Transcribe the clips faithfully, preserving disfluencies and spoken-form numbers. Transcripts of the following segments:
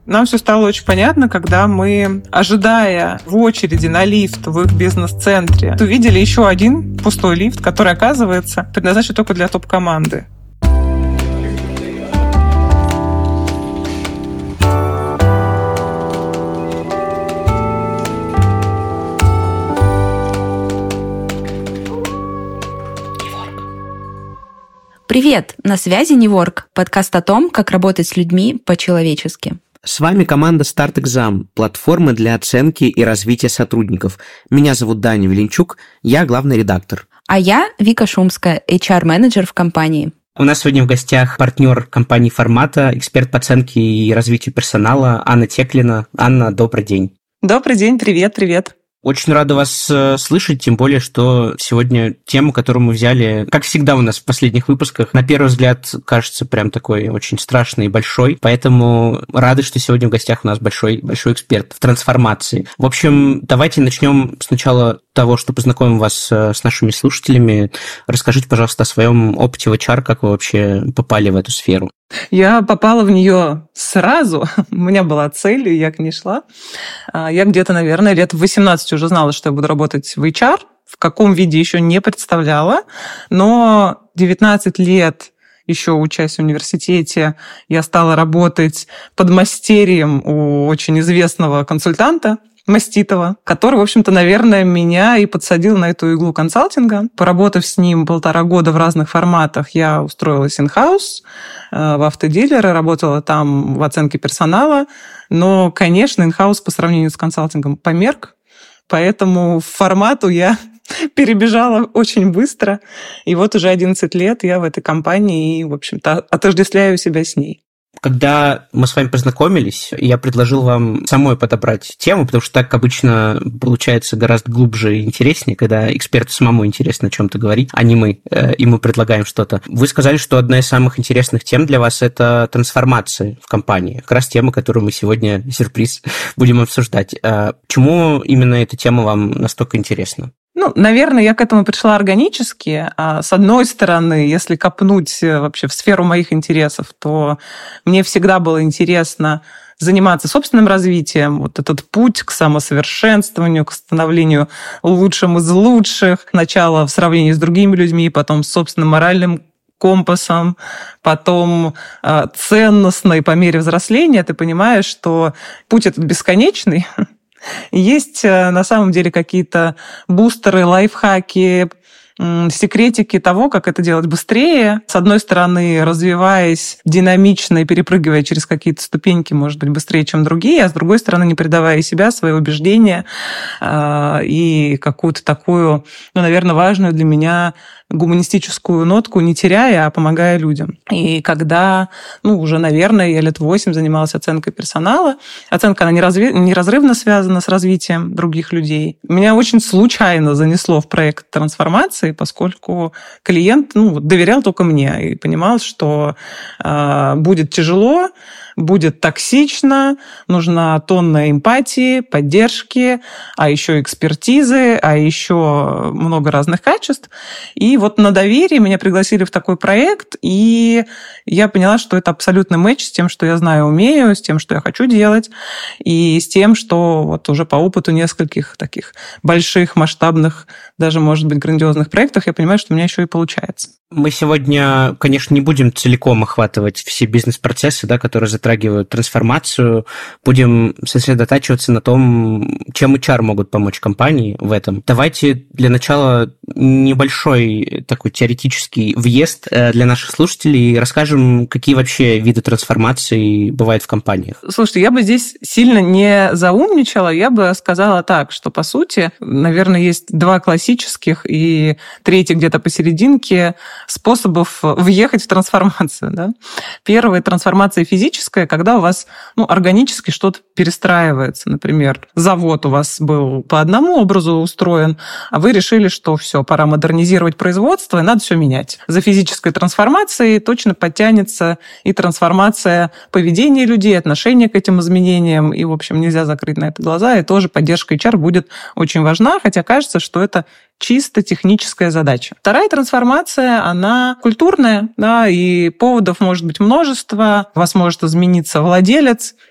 Нам все стало очень понятно, когда мы, ожидая в очереди на лифт в их бизнес-центре, увидели еще один пустой лифт, который, оказывается, предназначен только для топ-команды. Привет! На связи Неворк, подкаст о том, как работать с людьми по-человечески. С вами команда StartExam, платформа для оценки и развития сотрудников. Меня зовут Даня Веленчук, я главный редактор. А я Вика Шумская, эйч ар-менеджер в компании. У нас сегодня в гостях партнер компании «Формата», эксперт по оценке и развитию персонала Анна Теклина. Анна, добрый день. Добрый день, привет, привет. Очень рада вас слышать, тем более, что сегодня тему, которую мы взяли, как всегда у нас в последних выпусках, на первый взгляд кажется прям такой очень страшный и большой, поэтому рады, что сегодня в гостях у нас большой, большой эксперт в трансформации. В общем, давайте начнем сначала того, что познакомим вас с нашими слушателями. Расскажите, пожалуйста, о своем опыте в эйч ар, как вы вообще попали в эту сферу. Я попала в нее сразу. У меня была цель, и я к ней шла. Я где-то, наверное, лет в восемнадцать уже знала, что я буду работать в эйч ар. В каком виде еще не представляла. Но девятнадцать лет, еще учась в университете, я стала работать подмастерьем у очень известного консультанта, Маститова, который, в общем-то, наверное, меня и подсадил на эту иглу консалтинга. Поработав с ним полтора года в разных форматах, я устроилась in-house в автодилеры, работала там в оценке персонала. Но, конечно, in-house по сравнению с консалтингом померк, поэтому в формату я перебежала очень быстро. И вот уже одиннадцать лет я в этой компании и, в общем-то, отождествляю себя с ней. Когда мы с вами познакомились, я предложил вам самой подобрать тему, потому что так обычно получается гораздо глубже и интереснее, когда эксперту самому интересно о чем-то говорить, а не мы, и мы предлагаем что-то. Вы сказали, что одна из самых интересных тем для вас – это трансформации в компании. Как раз тема, которую мы сегодня, сюрприз, будем обсуждать. Почему именно эта тема вам настолько интересна? Ну, наверное, я к этому пришла органически. С одной стороны, если копнуть вообще в сферу моих интересов, то мне всегда было интересно заниматься собственным развитием, вот этот путь к самосовершенствованию, к становлению лучшим из лучших, сначала в сравнении с другими людьми, потом с собственным моральным компасом, потом э, ценностно, и по мере взросления ты понимаешь, что путь этот бесконечный. Есть на самом деле какие-то бустеры, лайфхаки, секретики того, как это делать быстрее. С одной стороны, развиваясь динамично и перепрыгивая через какие-то ступеньки, может быть, быстрее, чем другие, а с другой стороны, не предавая себя, свои убеждения и какую-то такую, ну, наверное, важную для меня гуманистическую нотку не теряя, а помогая людям. И когда, ну, уже, наверное, я лет восемь занималась оценкой персонала, оценка, она неразви... неразрывно связана с развитием других людей. Меня очень случайно занесло в проект трансформации, поскольку клиент, ну, доверял только мне и понимал, что э, будет тяжело, будет токсично, нужна тонна эмпатии, поддержки, а еще экспертизы, а еще много разных качеств. И вот на доверии меня пригласили в такой проект, и я поняла, что это абсолютный матч с тем, что я знаю, умею, с тем, что я хочу делать, и с тем, что вот уже по опыту нескольких таких больших, масштабных, даже, может быть, грандиозных проектов, я понимаю, что у меня еще и получается. Мы сегодня, конечно, не будем целиком охватывать все бизнес-процессы, да, которые затрагивают трансформацию. Будем сосредотачиваться на том, чем эйч ар могут помочь компании в этом. Давайте для начала небольшой такой теоретический въезд для наших слушателей и расскажем, какие вообще виды трансформации бывают в компаниях. Слушайте, я бы здесь сильно не заумничала, я бы сказала так, что, по сути, наверное, есть два классических и третий где-то посерединке способов въехать в трансформацию. Да? Первая трансформация физическая, когда у вас, ну, органически что-то перестраивается. Например, завод у вас был по одному образу устроен, а вы решили, что все, пора модернизировать производство, и надо все менять. За физической трансформацией точно подтянется и трансформация поведения людей, отношения к этим изменениям. И, в общем, нельзя закрыть на это глаза. И тоже поддержка эйч ар будет очень важна, хотя кажется, что это чисто техническая задача. Вторая трансформация, она культурная, да, и поводов может быть множество. У вас может измениться владелец,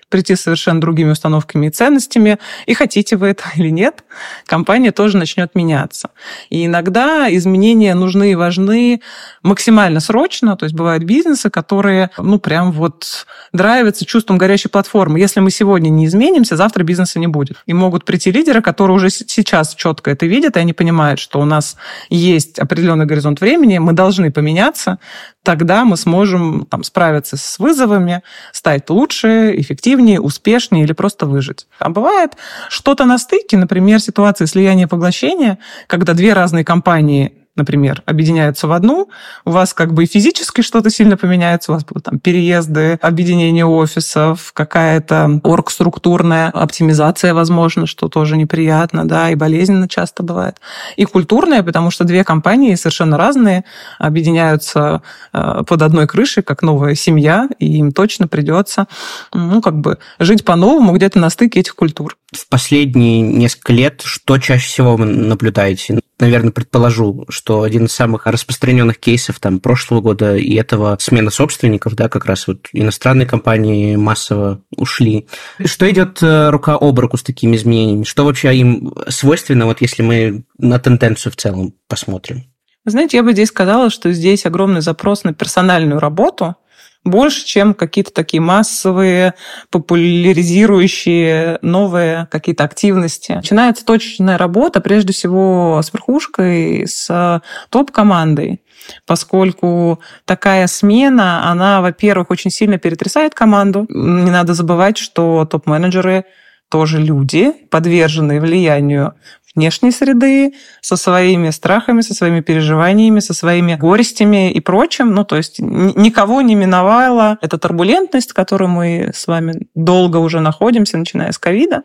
прийти с совершенно другими установками и ценностями, и хотите вы это или нет, компания тоже начнет меняться. И иногда изменения нужны и важны максимально срочно, то есть бывают бизнесы, которые, ну, прям вот драйвятся чувством горящей платформы. Если мы сегодня не изменимся, завтра бизнеса не будет. И могут прийти лидеры, которые уже сейчас четко это видят, и они понимают, что у нас есть определенный горизонт времени, мы должны поменяться, тогда мы сможем там справиться с вызовами, стать лучше, эффективнее, успешнее или просто выжить. А бывает что-то на стыке, например, ситуация слияния и поглощения, когда две разные компании, например, объединяются в одну, у вас как бы и физически что-то сильно поменяется, у вас будут там переезды, объединение офисов, какая-то оргструктурная оптимизация, возможно, что тоже неприятно, да, и болезненно часто бывает. И культурная, потому что две компании совершенно разные объединяются под одной крышей, как новая семья, и им точно придется, ну, как бы жить по-новому где-то на стыке этих культур. В последние несколько лет что чаще всего вы наблюдаете? Наверное, предположу, что один из самых распространенных кейсов там, прошлого года и этого смена собственников, да, как раз вот иностранные компании массово ушли. Что идет рука об руку с такими изменениями? Что вообще им свойственно, вот если мы на тенденцию в целом посмотрим? Вы знаете, я бы здесь сказала, что здесь огромный запрос на персональную работу, больше, чем какие-то такие массовые, популяризирующие новые какие-то активности. Начинается точечная работа, прежде всего, с верхушкой, с топ-командой, поскольку такая смена, она, во-первых, очень сильно перетрясает команду. Не надо забывать, что топ-менеджеры тоже люди, подверженные влиянию внешней среды, со своими страхами, со своими переживаниями, со своими горестями и прочим. Ну, то есть никого не миновала эта турбулентность, в которой мы с вами долго уже находимся, начиная с ковида.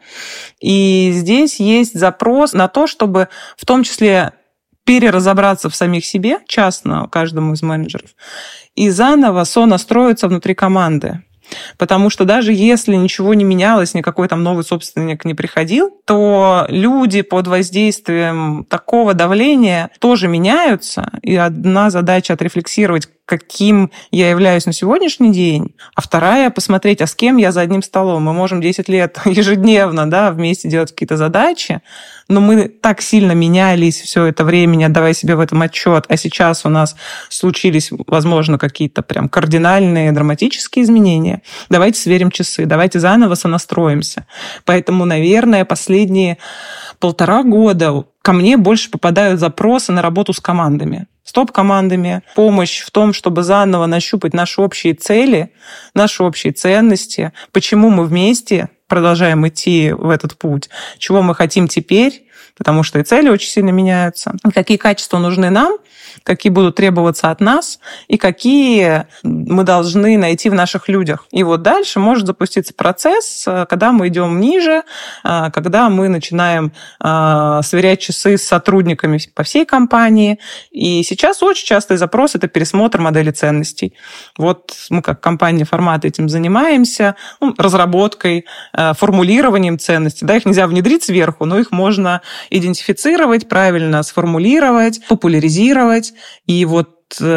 И здесь есть запрос на то, чтобы в том числе переразобраться в самих себе, частно каждому из менеджеров, и заново сонастроиться внутри команды. Потому что даже если ничего не менялось, никакой там новый собственник не приходил, то люди под воздействием такого давления тоже меняются. И одна задача отрефлексировать, каким я являюсь на сегодняшний день, а вторая — посмотреть, а с кем я за одним столом. Мы можем десять лет ежедневно, да, вместе делать какие-то задачи, но мы так сильно менялись все это время, не отдавая себе в этом отчет, а сейчас у нас случились, возможно, какие-то прям кардинальные, драматические изменения. Давайте сверим часы, давайте заново сонастроимся. Поэтому, наверное, последние полтора года ко мне больше попадают запросы на работу с командами, с топ-командами, помощь в том, чтобы заново нащупать наши общие цели, наши общие ценности, почему мы вместе продолжаем идти в этот путь, чего мы хотим теперь, потому что и цели очень сильно меняются, какие качества нужны нам, какие будут требоваться от нас и какие мы должны найти в наших людях. И вот дальше может запуститься процесс, когда мы идем ниже, когда мы начинаем сверять часы с сотрудниками по всей компании. И сейчас очень частый запрос – это пересмотр модели ценностей. Вот мы как компания «Формат» этим занимаемся, ну, разработкой, формулированием ценностей. Да, их нельзя внедрить сверху, но их можно идентифицировать, правильно сформулировать, популяризировать. И вот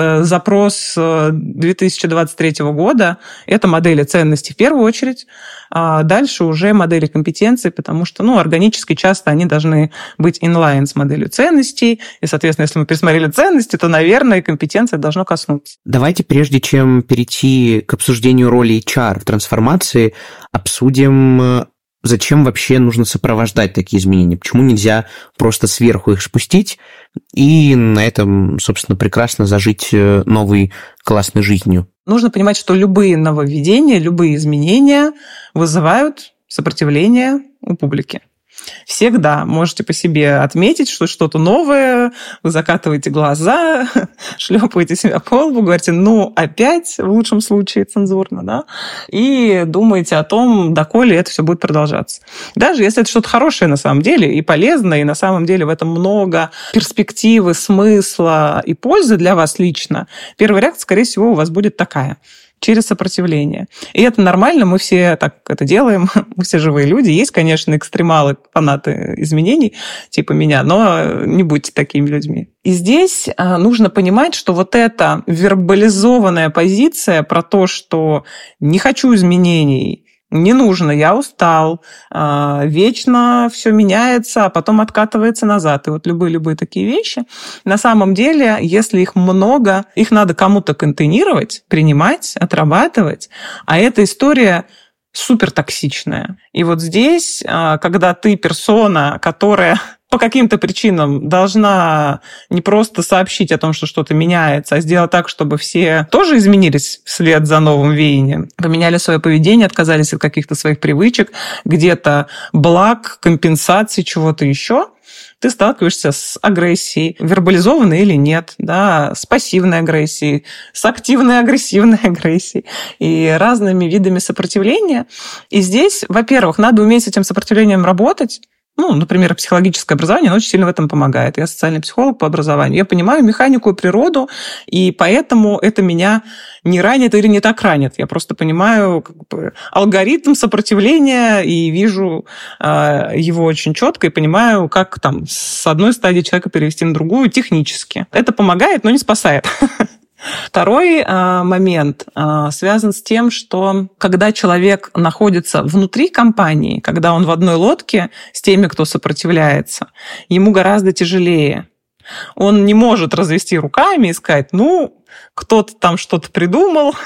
запрос две тысячи двадцать третьего года – это модели ценностей в первую очередь, а дальше уже модели компетенций, потому что, ну, органически часто они должны быть инлайн с моделью ценностей, и, соответственно, если мы пересмотрели ценности, то, наверное, и компетенция должно коснуться. Давайте, прежде чем перейти к обсуждению роли эйч ар в трансформации, обсудим, зачем вообще нужно сопровождать такие изменения? Почему нельзя просто сверху их спустить и на этом, собственно, прекрасно зажить новой классной жизнью? Нужно понимать, что любые нововведения, любые изменения вызывают сопротивление у публики. Всегда можете по себе отметить, что что-то новое, вы закатываете глаза, шлепаете себя по лбу, говорите, ну, опять, в лучшем случае, цензурно, да, и думаете о том, доколе это все будет продолжаться. Даже если это что-то хорошее на самом деле и полезное, и на самом деле в этом много перспективы, смысла и пользы для вас лично, первая реакция, скорее всего, у вас будет такая – через сопротивление. И это нормально, мы все так это делаем, мы все живые люди. Есть, конечно, экстремалы, фанаты изменений, типа меня, но не будьте такими людьми. И здесь нужно понимать, что вот эта вербализованная позиция про то, что не хочу изменений, не нужно, я устал, вечно все меняется, а потом откатывается назад. И вот любые-любые такие вещи. На самом деле, если их много, их надо кому-то контейнировать, принимать, отрабатывать. А эта история супер токсичная. И вот здесь, когда ты персона, которая по каким-то причинам должна не просто сообщить о том, что что-то меняется, а сделать так, чтобы все тоже изменились вслед за новым веянием, поменяли свое поведение, отказались от каких-то своих привычек, где-то благ, компенсации, чего-то еще, ты сталкиваешься с агрессией, вербализованной или нет, да, с пассивной агрессией, с активной агрессивной агрессией и разными видами сопротивления. И здесь, во-первых, надо уметь с этим сопротивлением работать. Ну, например, психологическое образование, оно очень сильно в этом помогает. Я социальный психолог по образованию. Я понимаю механику и природу, и поэтому это меня не ранит или не так ранит. Я просто понимаю как бы алгоритм сопротивления и вижу э, его очень четко и понимаю, как там с одной стадии человека перевести на другую технически. Это помогает, но не спасает. Второй э, момент э, связан с тем, что когда человек находится внутри компании, когда он в одной лодке с теми, кто сопротивляется, ему гораздо тяжелее. Он не может развести руками и сказать, ну, кто-то там что-то придумал,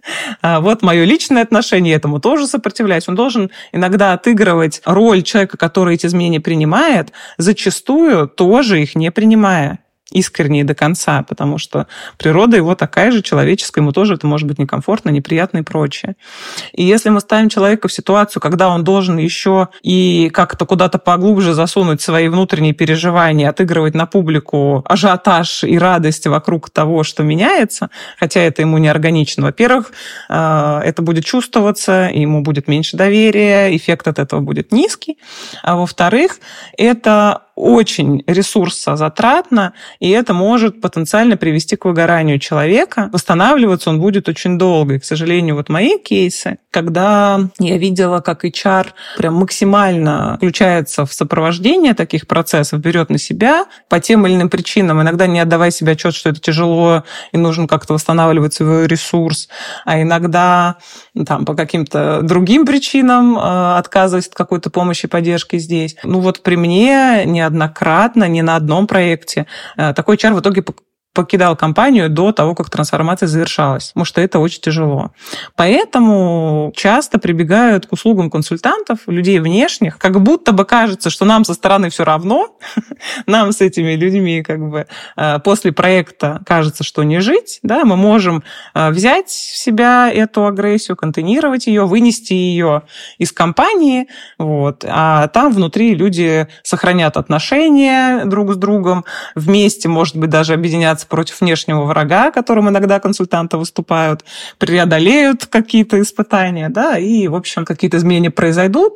вот мое личное отношение, этому тоже сопротивляюсь. Он должен иногда отыгрывать роль человека, который эти изменения принимает, зачастую тоже их не принимая искренне и до конца, потому что природа его такая же человеческая, ему тоже это может быть некомфортно, неприятно и прочее. И если мы ставим человека в ситуацию, когда он должен еще и как-то куда-то поглубже засунуть свои внутренние переживания, отыгрывать на публику ажиотаж и радость вокруг того, что меняется, хотя это ему не органично, во-первых, это будет чувствоваться, ему будет меньше доверия, эффект от этого будет низкий, а во-вторых, это очень ресурсозатратно, и это может потенциально привести к выгоранию человека. Восстанавливаться он будет очень долго. И, к сожалению, вот мои кейсы, когда я видела, как эйч ар прям максимально включается в сопровождение таких процессов, берет на себя по тем или иным причинам, иногда не отдавая себе отчет, что это тяжело, и нужно как-то восстанавливать свой ресурс, а иногда там, по каким-то другим причинам отказываясь от какой-то помощи и поддержки здесь. Ну вот при мне неоднократно, не на одном проекте, такой эйч ар в итоге покидал компанию до того, как трансформация завершалась, потому что это очень тяжело. Поэтому часто прибегают к услугам консультантов, людей внешних, как будто бы кажется, что нам со стороны все равно, нам с этими людьми как бы после проекта кажется, что не жить, да, мы можем взять в себя эту агрессию, контейнировать ее, вынести ее из компании, вот, а там внутри люди сохранят отношения друг с другом, вместе, может быть, даже объединяться против внешнего врага, которым иногда консультанты выступают, преодолеют какие-то испытания, да, и, в общем, какие-то изменения произойдут,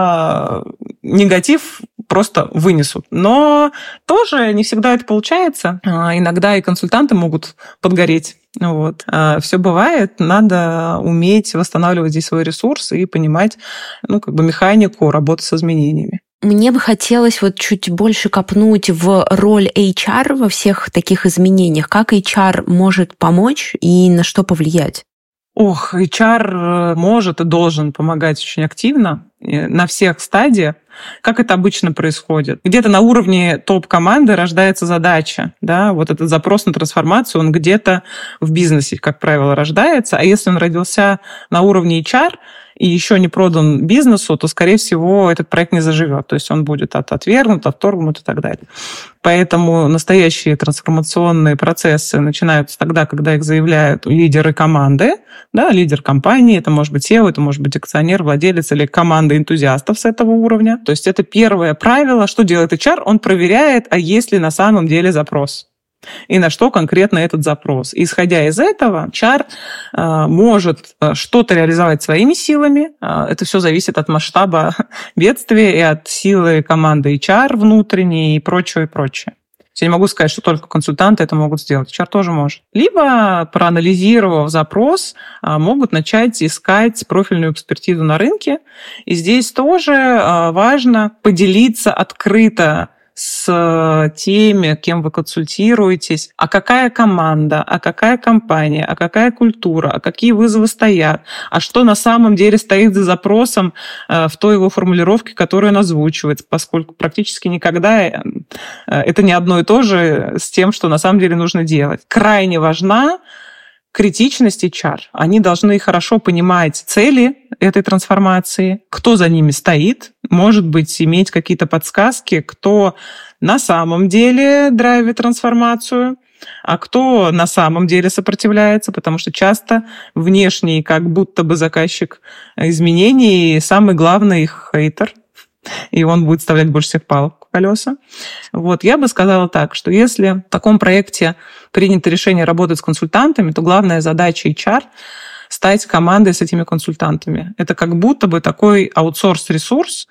а негатив просто вынесут. Но тоже не всегда это получается. Иногда и консультанты могут подгореть. Вот. Все бывает, надо уметь восстанавливать здесь свой ресурс и понимать, ну, как бы механику работы с изменениями. Мне бы хотелось вот чуть больше копнуть в роль эйч ар во всех таких изменениях. Как эйч ар может помочь и на что повлиять? Ох, эйч ар может и должен помогать очень активно на всех стадиях. Как это обычно происходит? Где-то на уровне топ-команды рождается задача. Да? Вот этот запрос на трансформацию, он где-то в бизнесе, как правило, рождается. А если он родился на уровне эйч ар, и еще не продан бизнесу, то, скорее всего, этот проект не заживет. То есть он будет отвергнут, отторгнут и так далее. Поэтому настоящие трансформационные процессы начинаются тогда, когда их заявляют лидеры команды, да, лидер компании, это может быть сео, это может быть акционер, владелец или команда энтузиастов с этого уровня. То есть это первое правило. Что делает эйч ар? Он проверяет, а есть ли на самом деле запрос. И на что конкретно этот запрос. И, исходя из этого, эйч ар э, может что-то реализовать своими силами. Э, это все зависит от масштаба бедствия и от силы команды эйч ар внутренней и прочее, и прочее. Я не могу сказать, что только консультанты это могут сделать. эйч ар тоже может. Либо, проанализировав запрос, могут начать искать профильную экспертизу на рынке. И здесь тоже важно поделиться открыто с теми, кем вы консультируетесь, а какая команда, а какая компания, а какая культура, а какие вызовы стоят, а что на самом деле стоит за запросом в той его формулировке, которую он озвучивает, поскольку практически никогда это не одно и то же с тем, что на самом деле нужно делать. Крайне важна критичность эйч ар. Они должны хорошо понимать цели этой трансформации, кто за ними стоит, может быть, иметь какие-то подсказки, кто на самом деле драйвит трансформацию, а кто на самом деле сопротивляется, потому что часто внешний, как будто бы заказчик изменений, самый главный их хейтер, и он будет вставлять больше всех палок в колеса. Вот. Я бы сказала так, что если в таком проекте принято решение работать с консультантами, то главная задача эйч ар — стать командой с этими консультантами. Это как будто бы такой аутсорс-ресурс,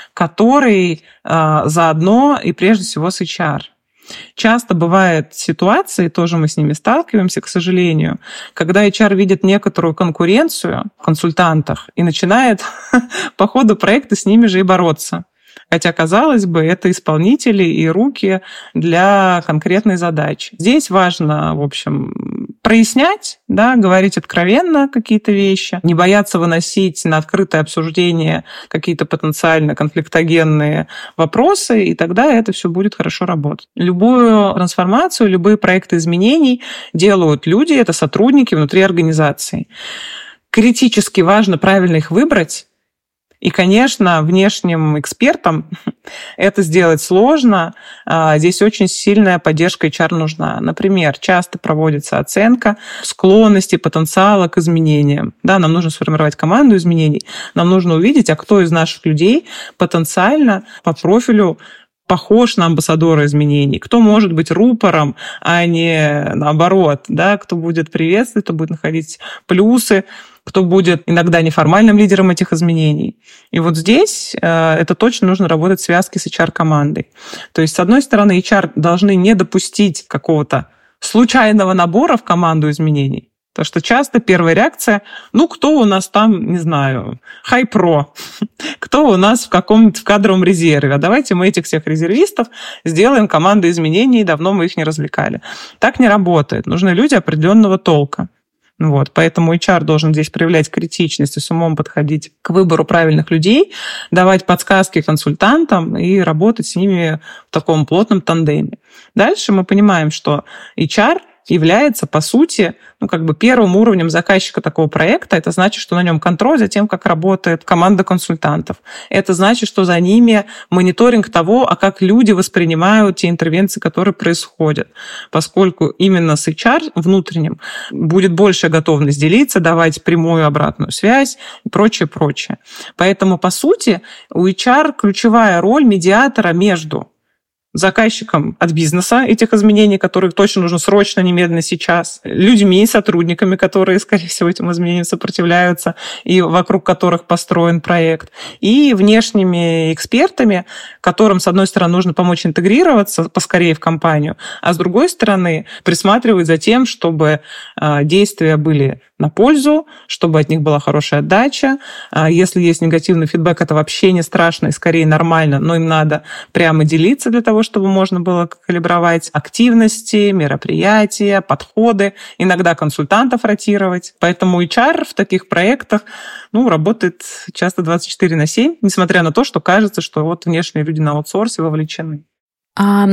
который э, заодно и прежде всего с эйч ар. Часто бывают ситуации, тоже мы с ними сталкиваемся, к сожалению, когда эйч ар видит некоторую конкуренцию в консультантах и начинает по ходу проекта с ними же и бороться. Хотя, казалось бы, это исполнители и руки для конкретной задачи. Здесь важно, в общем, прояснять, да, говорить откровенно какие-то вещи, не бояться выносить на открытое обсуждение какие-то потенциально конфликтогенные вопросы, и тогда это все будет хорошо работать. Любую трансформацию, любые проекты изменений делают люди, это сотрудники внутри организации. Критически важно правильно их выбрать. И, конечно, внешним экспертам это сделать сложно. Здесь очень сильная поддержка эйч ар нужна. Например, часто проводится оценка склонности, потенциала к изменениям. Да, нам нужно сформировать команду изменений. Нам нужно увидеть, а кто из наших людей потенциально по профилю похож на амбассадора изменений, кто может быть рупором, а не наоборот, да, кто будет приветствовать, кто будет находить плюсы, кто будет иногда неформальным лидером этих изменений. И вот здесь э, это точно нужно работать в связке с эйч ар-командой. То есть, с одной стороны, эйч ар должны не допустить какого-то случайного набора в команду изменений, потому что часто первая реакция, ну, кто у нас там, не знаю, хай-про, кто у нас в каком-то в кадровом резерве, а давайте мы этих всех резервистов сделаем командой изменений, давно мы их не развлекали. Так не работает. Нужны люди определенного толка. Вот, поэтому эйч ар должен здесь проявлять критичность и с умом подходить к выбору правильных людей, давать подсказки консультантам и работать с ними в таком плотном тандеме. Дальше мы понимаем, что эйч ар является, по сути, ну, как бы первым уровнем заказчика такого проекта. Это значит, что на нем контроль за тем, как работает команда консультантов. Это значит, что за ними мониторинг того, а как люди воспринимают те интервенции, которые происходят. Поскольку именно с эйч ар внутренним будет большая готовность делиться, давать прямую обратную связь и прочее, прочее. Поэтому, по сути, у эйч ар ключевая роль медиатора между заказчиком от бизнеса этих изменений, которые точно нужно срочно, немедленно, сейчас, людьми, сотрудниками, которые, скорее всего, этим изменениям сопротивляются и вокруг которых построен проект, и внешними экспертами, которым, с одной стороны, нужно помочь интегрироваться поскорее в компанию, а с другой стороны, присматривать за тем, чтобы действия были на пользу, чтобы от них была хорошая отдача. Если есть негативный фидбэк, это вообще не страшно и скорее нормально, но им надо прямо делиться для того, чтобы можно было калибровать активности, мероприятия, подходы, иногда консультантов ротировать. Поэтому эйч ар в таких проектах ну, работает часто двадцать четыре на семь, несмотря на то, что кажется, что вот внешние люди на аутсорсе вовлечены. А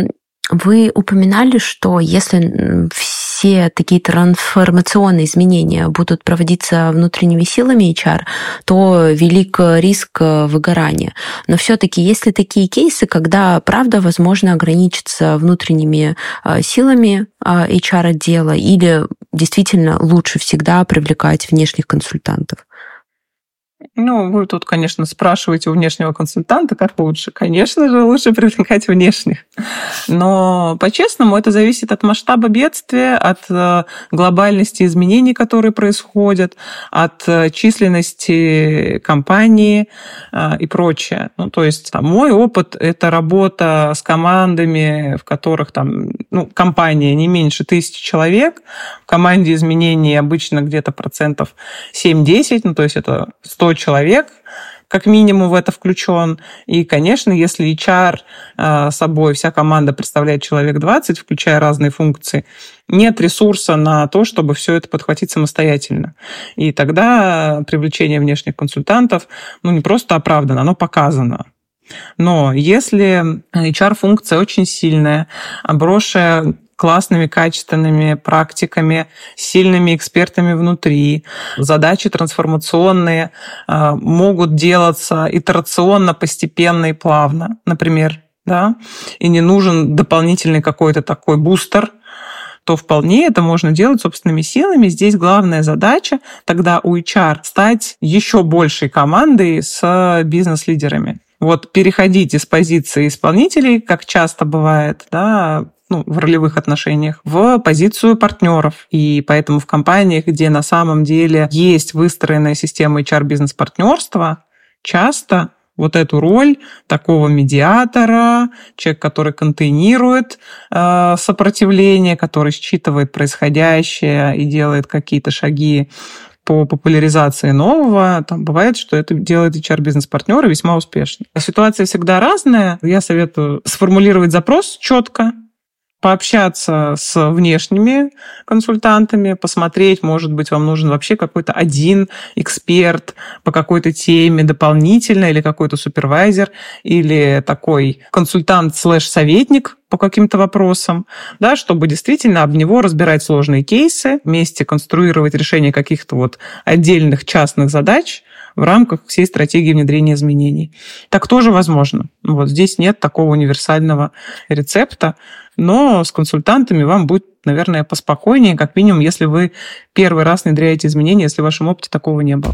вы упоминали, что если все такие трансформационные изменения будут проводиться внутренними силами эйч ар, то велик риск выгорания. Но все-таки есть ли такие кейсы, когда, правда, возможно ограничиться внутренними силами эйч ар-отдела или действительно лучше всегда привлекать внешних консультантов? Ну, вы тут, конечно, спрашиваете у внешнего консультанта, как лучше. Конечно же, лучше привлекать внешних. Но, по-честному, это зависит от масштаба бедствия, от глобальности изменений, которые происходят, от численности компании и прочее. Ну, то есть там, мой опыт – это работа с командами, в которых там, ну, компания не меньше тысячи человек. В команде изменений обычно где-то процентов семь-десять, ну, то есть это сто человек, как минимум в это включен. И, конечно, если эйч ар собой вся команда представляет человек двадцать, включая разные функции, нет ресурса на то, чтобы все это подхватить самостоятельно. И тогда привлечение внешних консультантов ну, не просто оправдано, оно показано. Но если эйч ар-функция очень сильная, обросшая классными, качественными практиками, сильными экспертами внутри, задачи трансформационные могут делаться итерационно, постепенно и плавно, например, да, и не нужен дополнительный какой-то такой бустер, то вполне это можно делать собственными силами. Здесь главная задача тогда у эйч ар стать еще большей командой с бизнес-лидерами. Вот переходить из позиции исполнителей, как часто бывает, да, ну, в ролевых отношениях, в позицию партнеров. И поэтому в компаниях, где на самом деле есть выстроенная система эйч ар-бизнес-партнерства, часто вот эту роль такого медиатора, человек, который контейнирует э, сопротивление, который считывает происходящее и делает какие-то шаги по популяризации нового, там бывает, что это делает эйч ар-бизнес-партнеры весьма успешно. Ситуация всегда разная. Я советую сформулировать запрос четко, пообщаться с внешними консультантами, посмотреть, может быть, вам нужен вообще какой-то один эксперт по какой-то теме дополнительно, или какой-то супервайзер, или такой консультант слэш-советник по каким-то вопросам, да, чтобы действительно об него разбирать сложные кейсы, вместе конструировать решение каких-то вот отдельных частных задач в рамках всей стратегии внедрения изменений. Так тоже возможно. Вот здесь нет такого универсального рецепта, но с консультантами вам будет, наверное, поспокойнее, как минимум, если вы первый раз внедряете изменения, если в вашем опыте такого не было.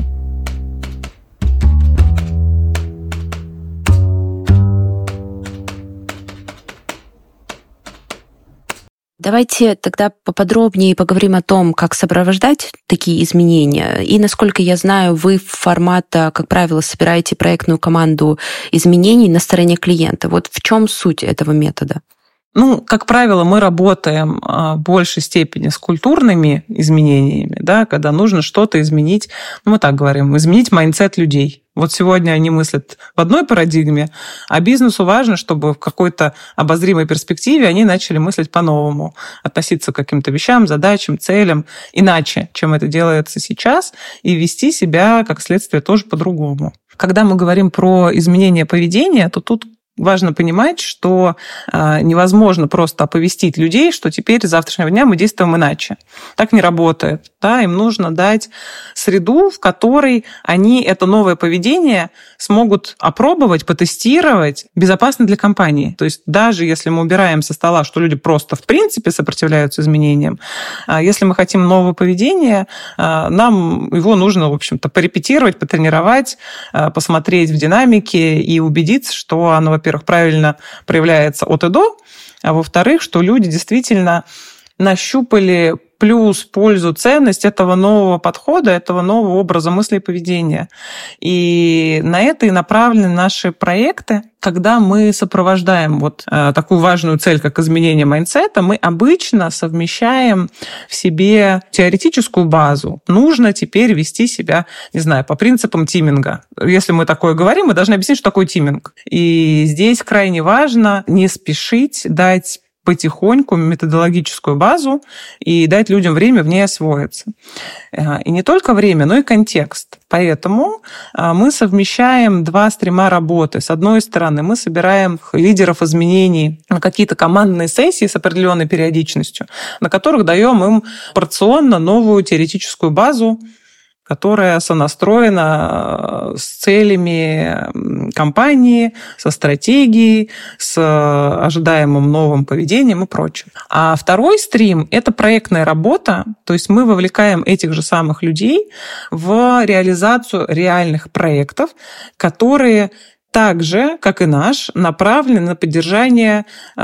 Давайте тогда поподробнее поговорим о том, как сопровождать такие изменения. И, насколько я знаю, вы формата, как правило, собираете проектную команду изменений на стороне клиента. Вот в чем суть этого метода? Ну, как правило, мы работаем в большей степени с культурными изменениями, да, когда нужно что-то изменить, ну, мы так говорим, изменить майндсет людей. Вот сегодня они мыслят в одной парадигме, а бизнесу важно, чтобы в какой-то обозримой перспективе они начали мыслить по-новому, относиться к каким-то вещам, задачам, целям иначе, чем это делается сейчас, и вести себя, как следствие, тоже по-другому. Когда мы говорим про изменение поведения, то тут важно понимать, что невозможно просто оповестить людей, что теперь с завтрашнего дня мы действуем иначе. Так не работает. Да? Им нужно дать среду, в которой они это новое поведение смогут опробовать, потестировать безопасно для компании. То есть даже если мы убираем со стола, что люди просто в принципе сопротивляются изменениям, если мы хотим нового поведения, нам его нужно, в общем-то, порепетировать, потренировать, посмотреть в динамике и убедиться, что оно, во-первых, во-первых, правильно проявляется от и до, а во-вторых, что люди действительно нащупали плюс, пользу, ценность этого нового подхода, этого нового образа мысли и поведения. И на это и направлены наши проекты. Когда мы сопровождаем вот такую важную цель, как изменение майндсета, мы обычно совмещаем в себе теоретическую базу. Нужно теперь вести себя, не знаю, по принципам тиминга. Если мы такое говорим, мы должны объяснить, что такое тиминг. И здесь крайне важно не спешить, дать потихоньку методологическую базу и дать людям время в ней освоиться. И не только время, но и контекст. Поэтому мы совмещаем два стрима работы. С одной стороны, мы собираем лидеров изменений на какие-то командные сессии с определенной периодичностью, на которых даем им порционно новую теоретическую базу, которая сонастроена с целями компании, со стратегией, с ожидаемым новым поведением и прочим. А второй стрим – это проектная работа, то есть мы вовлекаем этих же самых людей в реализацию реальных проектов, которые так же, как и наш, направлены на поддержание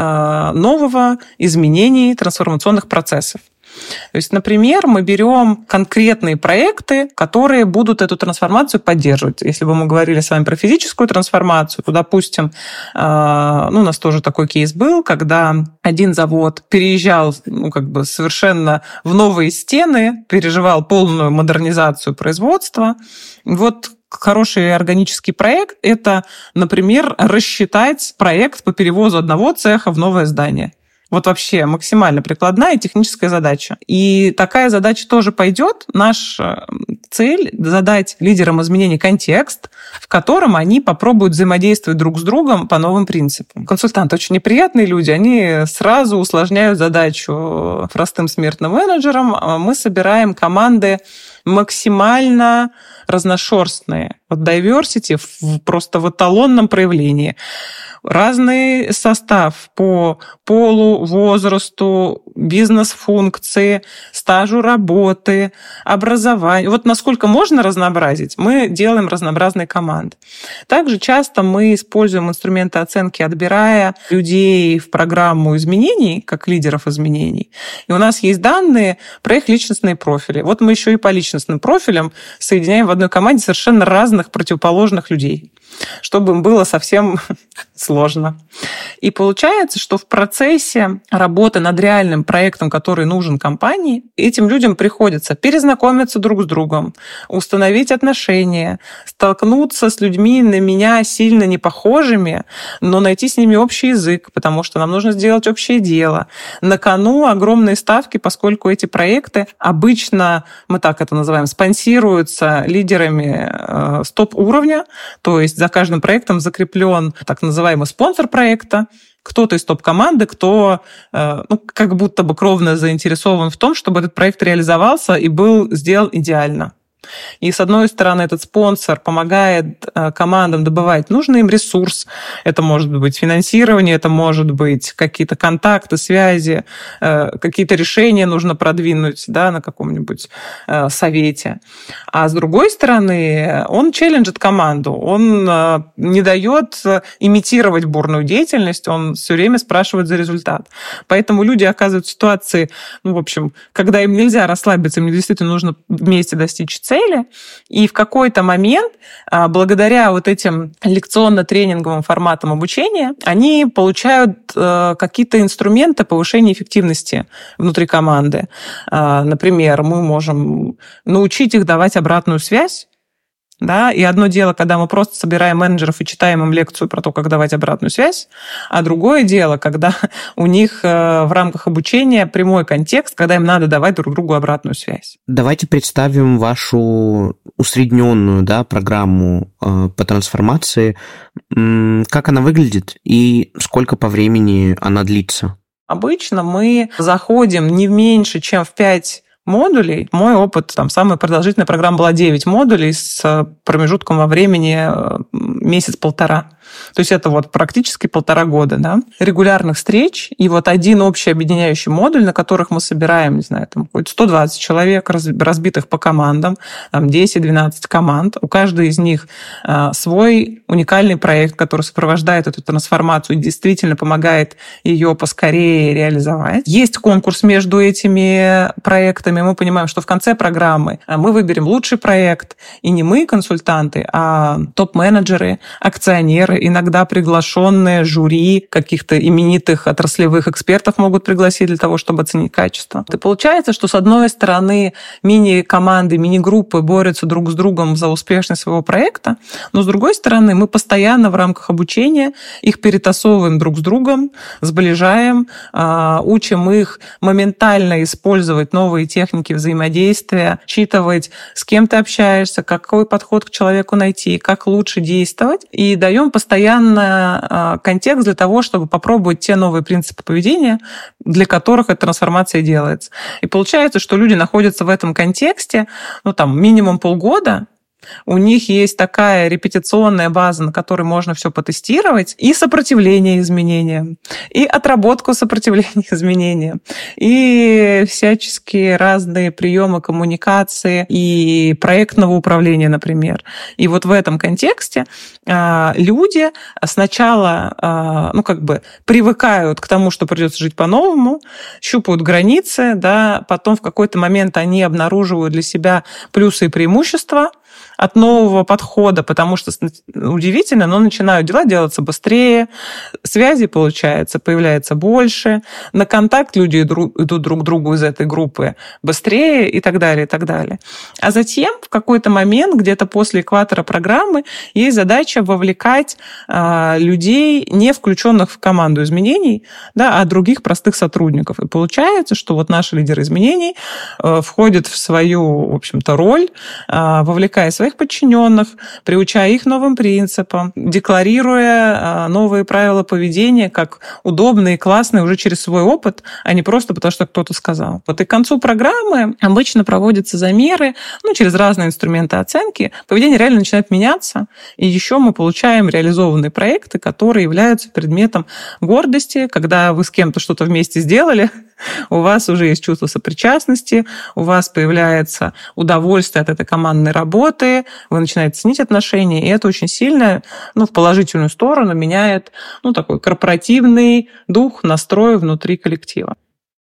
нового изменений трансформационных процессов. То есть, например, мы берем конкретные проекты, которые будут эту трансформацию поддерживать. Если бы мы говорили с вами про физическую трансформацию, то, допустим, ну, у нас тоже такой кейс был, когда один завод переезжал ну, как бы совершенно в новые стены, переживал полную модернизацию производства. Вот хороший органический проект – это, например, рассчитать проект по перевозу одного цеха в новое здание. Вот вообще максимально прикладная и техническая задача. И такая задача тоже пойдет. Наша цель – задать лидерам изменений контекст, в котором они попробуют взаимодействовать друг с другом по новым принципам. Консультанты очень неприятные люди, они сразу усложняют задачу простым смертным менеджерам. Мы собираем команды максимально разношерстные. Вот diversity просто в эталонном проявлении. Разный состав по полу, возрасту, бизнес-функции, стажу работы, образованию. Вот насколько можно разнообразить, мы делаем разнообразные команды. Также часто мы используем инструменты оценки, отбирая людей в программу изменений, как лидеров изменений. И у нас есть данные про их личностные профили. Вот мы еще и по личностным профилям соединяем в одной команде совершенно разных противоположных людей, чтобы им было совсем сложно. И получается, что в процессе работы над реальным проектом, который нужен компании, этим людям приходится перезнакомиться друг с другом, установить отношения, столкнуться с людьми на меня сильно не похожими, но найти с ними общий язык, потому что нам нужно сделать общее дело. На кону огромные ставки, поскольку эти проекты обычно, мы так это называем, спонсируются лидерами стоп-уровня, то есть за каждым проектом закреплен так называемый спонсор проекта, кто-то из топ-команды, кто ну, как будто бы кровно заинтересован в том, чтобы этот проект реализовался и был сделан идеально. И, с одной стороны, этот спонсор помогает командам добывать нужный им ресурс. Это может быть финансирование, это может быть какие-то контакты, связи, какие-то решения нужно продвинуть, да, на каком-нибудь совете. А с другой стороны, он челленджит команду, он не дает имитировать бурную деятельность, он все время спрашивает за результат. Поэтому люди оказываются в ситуации, ну, в общем, когда им нельзя расслабиться, им действительно нужно вместе достичь цели. И в какой-то момент, благодаря вот этим лекционно-тренинговым форматам обучения, они получают какие-то инструменты повышения эффективности внутри команды. Например, мы можем научить их давать обратную связь. Да? И одно дело, когда мы просто собираем менеджеров и читаем им лекцию про то, как давать обратную связь, а другое дело, когда у них в рамках обучения прямой контекст, когда им надо давать друг другу обратную связь. Давайте представим вашу усредненную, да, программу э, по трансформации. М- как она выглядит и сколько по времени она длится? Обычно мы заходим не меньше, чем в пять модулей. Мой опыт, там, самая продолжительная программа была девять модулей с промежутком во времени месяц-полтора. То есть это вот практически полтора года, да, регулярных встреч, и вот один общий объединяющий модуль, на которых мы собираем, не знаю, там, хоть сто двадцать человек, разбитых по командам, там, десять-двенадцать команд. У каждой из них свой уникальный проект, который сопровождает эту трансформацию и действительно помогает ее поскорее реализовать. Есть конкурс между этими проектами. Мы понимаем, что в конце программы мы выберем лучший проект, и не мы, консультанты, а топ-менеджеры, акционеры, иногда приглашенные жюри каких-то именитых отраслевых экспертов могут пригласить для того, чтобы оценить качество. И получается, что с одной стороны мини-команды, мини-группы борются друг с другом за успешность своего проекта, но с другой стороны мы постоянно в рамках обучения их перетасовываем друг с другом, сближаем, учим их моментально использовать новые техники взаимодействия, считывать, с кем ты общаешься, какой подход к человеку найти, как лучше действовать, и даем постоянно контекст для того, чтобы попробовать те новые принципы поведения, для которых эта трансформация делается. И получается, что люди находятся в этом контексте, ну, там, минимум полгода. У них есть такая репетиционная база, на которой можно все потестировать, и сопротивление изменениям, и отработку сопротивления изменениям, и всяческие разные приемы коммуникации и проектного управления, например. И вот в этом контексте люди сначала, ну, как бы привыкают к тому, что придется жить по-новому, щупают границы, да, потом в какой-то момент они обнаруживают для себя плюсы и преимущества от нового подхода, потому что удивительно, но начинают дела делаться быстрее, связи, получается, появляется больше, на контакт люди идут друг к другу из этой группы быстрее и так далее, и так далее. А затем в какой-то момент, где-то после экватора программы, есть задача вовлекать а, людей, не включенных в команду изменений, да, а других простых сотрудников. И получается, что вот наши лидеры изменений а, входят в свою, в общем-то, роль, а, вовлекая своих подчиненных, приучая их новым принципам, декларируя а, новые правила поведения как удобные, классные уже через свой опыт, а не просто потому, что кто-то сказал. Вот и к концу программы обычно проводятся замеры, ну, через разные инструменты оценки, поведение реально начинает меняться, и еще мы получаем реализованные проекты, которые являются предметом гордости, когда вы с кем-то что-то вместе сделали, у вас уже есть чувство сопричастности, у вас появляется удовольствие от этой командной работы, вы начинаете ценить отношения, и это очень сильно, ну, в положительную сторону меняет, ну, такой корпоративный дух, настрой внутри коллектива.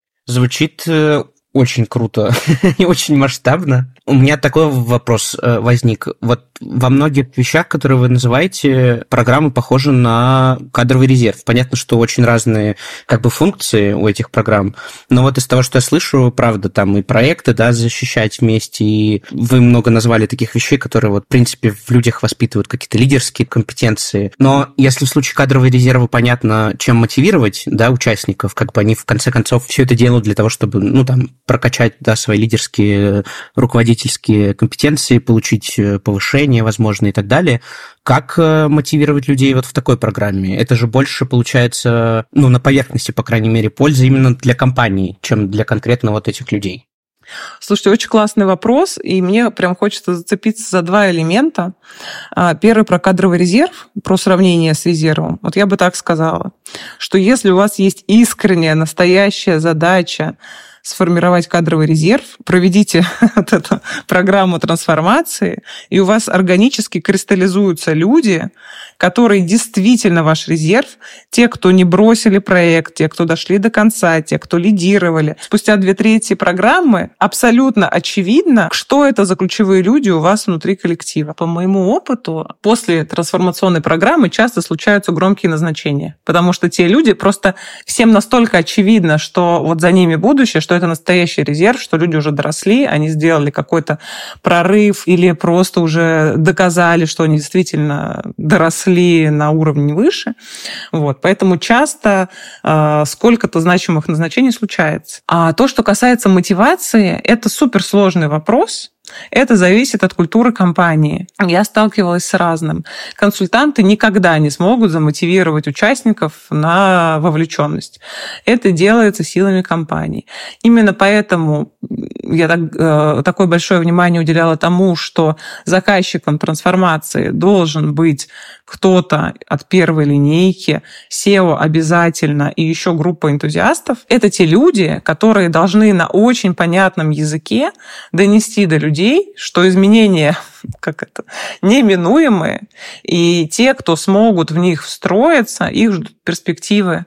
Звучит очень круто и очень масштабно. У меня такой вопрос возник. Вот во многих вещах, которые вы называете, программы похожи на кадровый резерв. Понятно, что очень разные как бы функции у этих программ, но вот из того, что я слышу, правда, там и проекты, да, защищать вместе, и вы много назвали таких вещей, которые вот, в принципе, в людях воспитывают какие-то лидерские компетенции. Но если в случае кадрового резерва понятно, чем мотивировать, да, участников, как бы они в конце концов все это делают для того, чтобы, ну, там, прокачать, да, свои лидерские, руководительские компетенции, получить повышение, возможно, и так далее. Как мотивировать людей вот в такой программе? Это же больше, получается, ну, на поверхности, по крайней мере, пользы именно для компании, чем для конкретно вот этих людей. Слушайте, очень классный вопрос, и мне прям хочется зацепиться за два элемента. Первый про кадровый резерв, про сравнение с резервом. Вот я бы так сказала, что если у вас есть искренняя, настоящая задача сформировать кадровый резерв, проведите вот эту программу трансформации, и у вас органически кристаллизуются люди, которые действительно ваш резерв, те, кто не бросили проект, те, кто дошли до конца, те, кто лидировали. Спустя две трети программы абсолютно очевидно, что это за ключевые люди у вас внутри коллектива. По моему опыту, после трансформационной программы часто случаются громкие назначения, потому что те люди просто всем настолько очевидно, что вот за ними будущее, что это настоящий резерв, что люди уже доросли, они сделали какой-то прорыв или просто уже доказали, что они действительно доросли на уровне выше. Вот. Поэтому часто э, сколько-то значимых назначений случается. А то, что касается мотивации, это суперсложный вопрос. Это зависит от культуры компании. Я сталкивалась с разным. Консультанты никогда не смогут замотивировать участников на вовлеченность. Это делается силами компании. Именно поэтому я так, такое большое внимание уделяла тому, что заказчиком трансформации должен быть кто-то от первой линейки, сео обязательно и еще группа энтузиастов. Это те люди, которые должны на очень понятном языке донести до людей, что изменения как это, неминуемые, и те, кто смогут в них встроиться, их ждут перспективы.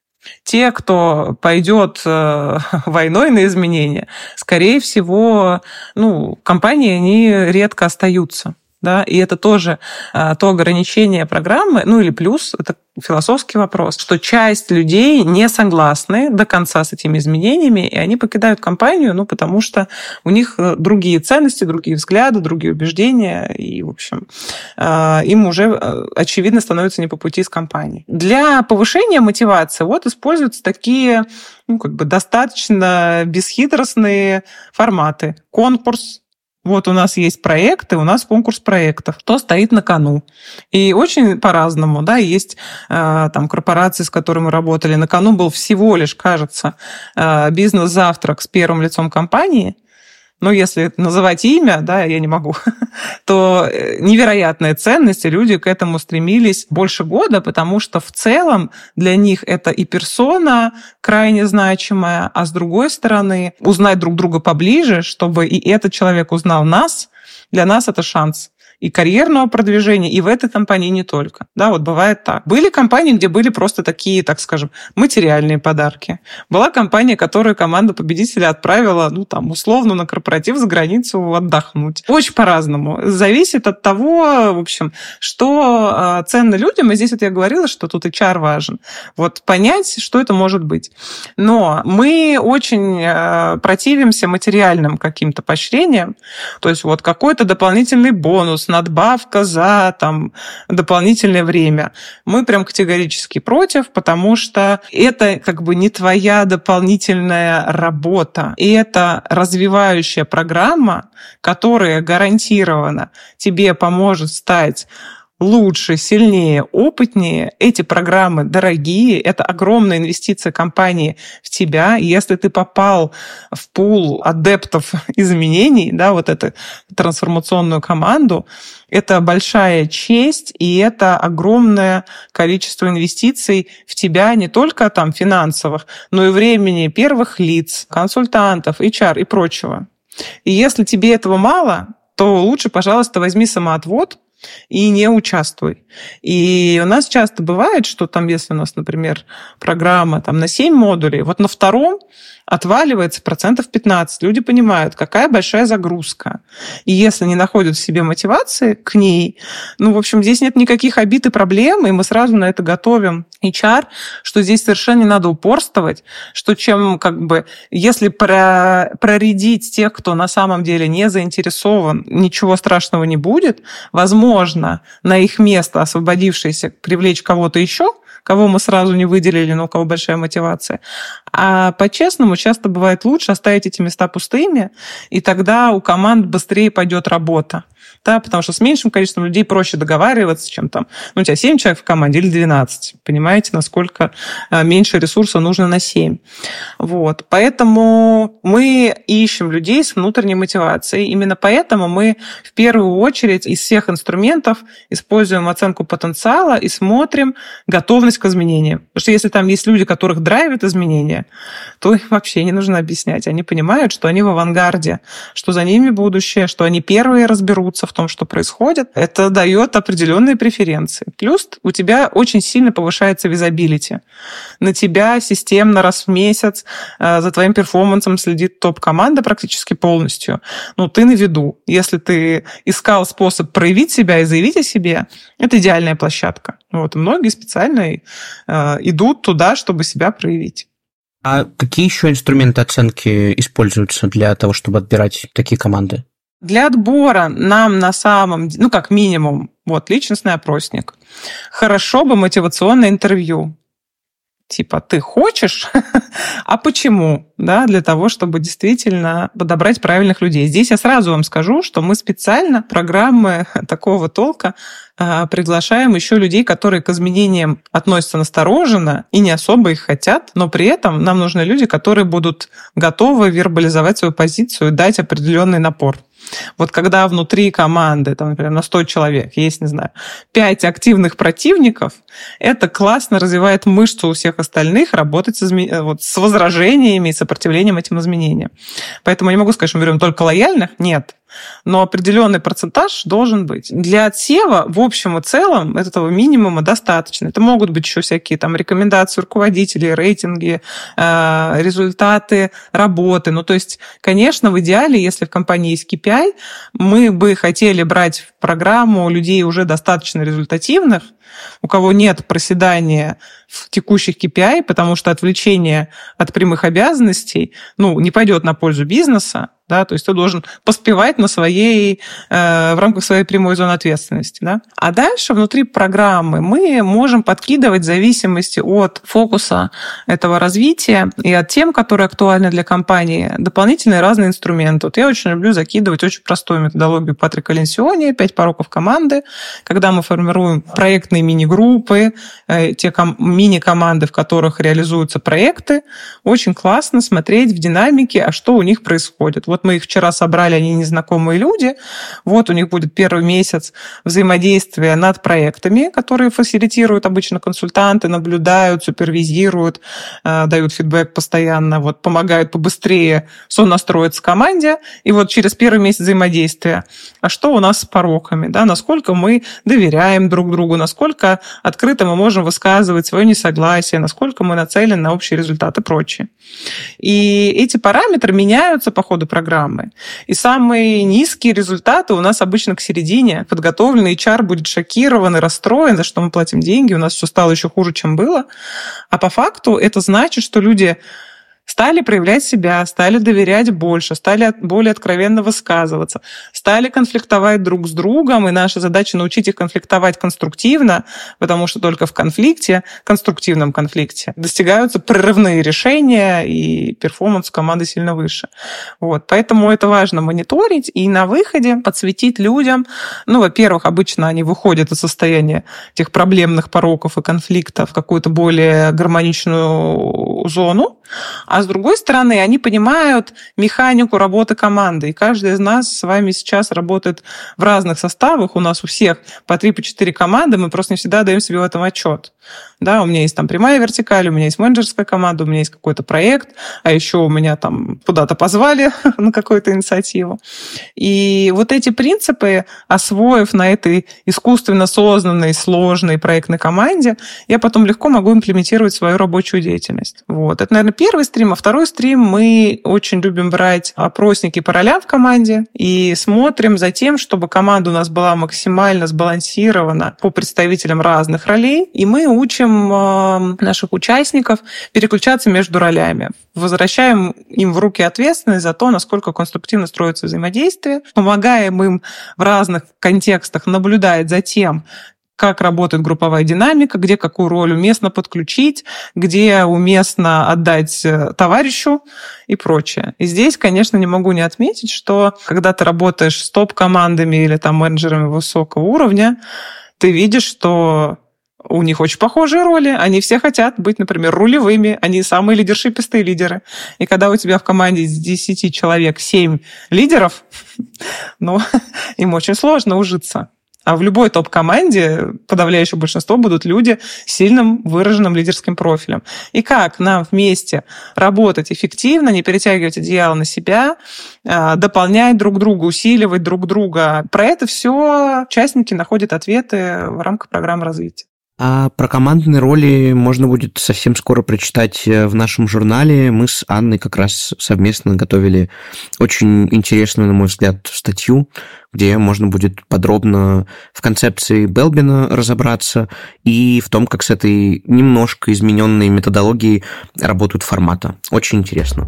Те, кто пойдет войной на изменения, скорее всего, ну, компании, они редко остаются. Да, и это тоже а, то ограничение программы, ну или плюс, это философский вопрос, что часть людей не согласны до конца с этими изменениями, и они покидают компанию, ну, потому что у них другие ценности, другие взгляды, другие убеждения, и, в общем, а, им уже, очевидно, становится не по пути с компанией. Для повышения мотивации вот используются такие, ну, как бы достаточно бесхитростные форматы. Конкурс. Вот у нас есть проекты, у нас конкурс проектов, что стоит на кону. И очень по-разному, да, есть э, там корпорации, с которыми мы работали, на кону был всего лишь, кажется, э, бизнес-завтрак с первым лицом компании. Но если называть имя, да, я не могу, то невероятная ценность, и люди к этому стремились больше года, потому что в целом для них это и персона крайне значимая, а с другой стороны узнать друг друга поближе, чтобы и этот человек узнал нас, для нас это шанс. и карьерного продвижения, и в этой компании не только. Да, вот бывает так. Были компании, где были просто такие, так скажем, материальные подарки. Была компания, которую команда победителя отправила, ну, там, условно, на корпоратив за границу отдохнуть. Очень по-разному. Зависит от того, в общем, что ценно людям. И здесь вот я говорила, что тут эйч ар важен. Вот понять, что это может быть. Но мы очень противимся материальным каким-то поощрениям. То есть вот какой-то дополнительный бонус, надбавка за там, дополнительное время. Мы прям категорически против, потому что это как бы не твоя дополнительная работа. И это развивающая программа, которая гарантированно тебе поможет стать лучше, сильнее, опытнее. Эти программы дорогие, это огромная инвестиция компании в тебя. Если ты попал в пул адептов изменений, да, вот эту трансформационную команду, это большая честь, и это огромное количество инвестиций в тебя не только там финансовых, но и времени первых лиц, консультантов, эйч ар и прочего. И если тебе этого мало, то лучше, пожалуйста, возьми самоотвод и не участвуй. И у нас часто бывает, что там, если у нас, например, программа там, на семь модулей, вот на втором отваливается процентов пятнадцать. Люди понимают, какая большая загрузка. И если не находят в себе мотивации к ней, ну, в общем, здесь нет никаких обид и проблем, и мы сразу на это готовим эйч ар, что здесь совершенно не надо упорствовать, что чем, как бы, если про, проредить тех, кто на самом деле не заинтересован, ничего страшного не будет. Возможно, на их место освободившееся привлечь кого-то еще, кого мы сразу не выделили, но у кого большая мотивация. А по-честному часто бывает лучше оставить эти места пустыми, и тогда у команд быстрее пойдет работа. Да, потому что с меньшим количеством людей проще договариваться, чем там, ну, у тебя семь человек в команде или двенадцать. Понимаете, насколько меньше ресурса нужно на семь. Вот. Поэтому мы ищем людей с внутренней мотивацией. Именно поэтому мы в первую очередь из всех инструментов используем оценку потенциала и смотрим готовность к изменениям. Потому что если там есть люди, которых драйвят изменения, то им вообще не нужно объяснять. Они понимают, что они в авангарде, что за ними будущее, что они первые разберутся в том, что происходит. Это дает определенные преференции. Плюс у тебя очень сильно повышается визабилити. На тебя системно раз в месяц за твоим перформансом следит топ-команда практически полностью. Ну, ты на виду. Если ты искал способ проявить себя и заявить о себе, это идеальная площадка. Вот. И многие специально идут туда, чтобы себя проявить. А какие еще инструменты оценки используются для того, чтобы отбирать такие команды? Для отбора нам на самом деле, ну, как минимум, вот, личностный опросник. Хорошо бы мотивационное интервью. Типа, ты хочешь, а почему? Да, для того, чтобы действительно подобрать правильных людей. Здесь я сразу вам скажу, что мы специально программы такого толка приглашаем еще людей, которые к изменениям относятся настороженно и не особо их хотят, но при этом нам нужны люди, которые будут готовы вербализовать свою позицию и дать определенный напор. Вот когда внутри команды, там, например, на сто человек есть, не знаю, пять активных противников, это классно развивает мышцу у всех остальных работать с, изме... вот, с возражениями и сопротивлением этим изменениям. Поэтому я не могу сказать, что мы берем только лояльных. Нет. Но определенный процентаж должен быть. Для отсева в общем и целом этого минимума достаточно. Это могут быть еще всякие там рекомендации руководителей, рейтинги, результаты работы. Ну, то есть, конечно, в идеале, если в компании есть кей пи ай, мы бы хотели брать в программу людей уже достаточно результативных, у кого нет проседания в текущих кей пи ай, потому что отвлечение от прямых обязанностей, ну, не пойдет на пользу бизнеса, да, то есть ты должен поспевать на своей, э, в рамках своей прямой зоны ответственности. Да? А дальше внутри программы мы можем подкидывать в зависимости от фокуса этого развития и от тем, которые актуальны для компании, дополнительные разные инструменты. Вот я очень люблю закидывать очень простую методологию Патрика Ленсиони «Пять пороков команды», когда мы формируем проектные мини-группы, э, те ком- мини-команды, в которых реализуются проекты. Очень классно смотреть в динамике, а что у них происходит. вот мы их вчера собрали, они незнакомые люди, вот у них будет первый месяц взаимодействия над проектами, которые фасилитируют обычно консультанты, наблюдают, супервизируют, дают фидбэк постоянно, вот, помогают побыстрее сонастроиться команде. И вот через первый месяц взаимодействия, а что у нас с пороками, да, насколько мы доверяем друг другу, насколько открыто мы можем высказывать свое несогласие, насколько мы нацелены на общий результат и прочее. И эти параметры меняются по ходу программы. И самые низкие результаты у нас обычно к середине. Подготовленный эйч ар будет шокирован и расстроен, за что мы платим деньги, у нас все стало еще хуже, чем было. А по факту это значит, что люди стали проявлять себя, стали доверять больше, стали более откровенно высказываться, стали конфликтовать друг с другом, и наша задача научить их конфликтовать конструктивно, потому что только в конфликте, конструктивном конфликте, достигаются прорывные решения, и перформанс команды сильно выше. Вот. Поэтому это важно мониторить и на выходе подсветить людям. Ну, во-первых, обычно они выходят из состояния этих проблемных пороков и конфликтов в какую-то более гармоничную зону, а с другой стороны, они понимают механику работы команды. И каждый из нас с вами сейчас работает в разных составах. У нас у всех по три, по четыре команды. Мы просто не всегда даем себе в этом отчет. Да, у меня есть там прямая вертикаль, у меня есть менеджерская команда, у меня есть какой-то проект, а еще у меня там куда-то позвали на какую-то инициативу. И вот эти принципы, освоив на этой искусственно созданной, сложной проектной команде, я потом легко могу имплементировать свою рабочую деятельность. Вот. Это, наверное, первый стрим. А второй стрим мы очень любим брать опросники по ролям в команде и смотрим за тем, чтобы команда у нас была максимально сбалансирована по представителям разных ролей. И мы учим наших участников переключаться между ролями. Возвращаем им в руки ответственность за то, насколько конструктивно строится взаимодействие, помогаем им в разных контекстах наблюдать за тем, как работает групповая динамика, где какую роль уместно подключить, где уместно отдать товарищу и прочее. И здесь, конечно, не могу не отметить, что когда ты работаешь с топ-командами или там менеджерами высокого уровня, ты видишь, что у них очень похожие роли. Они все хотят быть, например, рулевыми. Они самые лидершипистые лидеры. И когда у тебя в команде из десяти человек семь лидеров, ну, им очень сложно ужиться. А в любой топ-команде подавляющее большинство будут люди с сильным выраженным лидерским профилем. И как нам вместе работать эффективно, не перетягивать одеяло на себя, дополнять друг друга, усиливать друг друга. Про это все участники находят ответы в рамках программы развития. А про командные роли можно будет совсем скоро прочитать в нашем журнале. Мы с Анной как раз совместно готовили очень интересную, на мой взгляд, статью, где можно будет подробно в концепции Белбина разобраться и в том, как с этой немножко измененной методологией работают форматы. Очень интересно.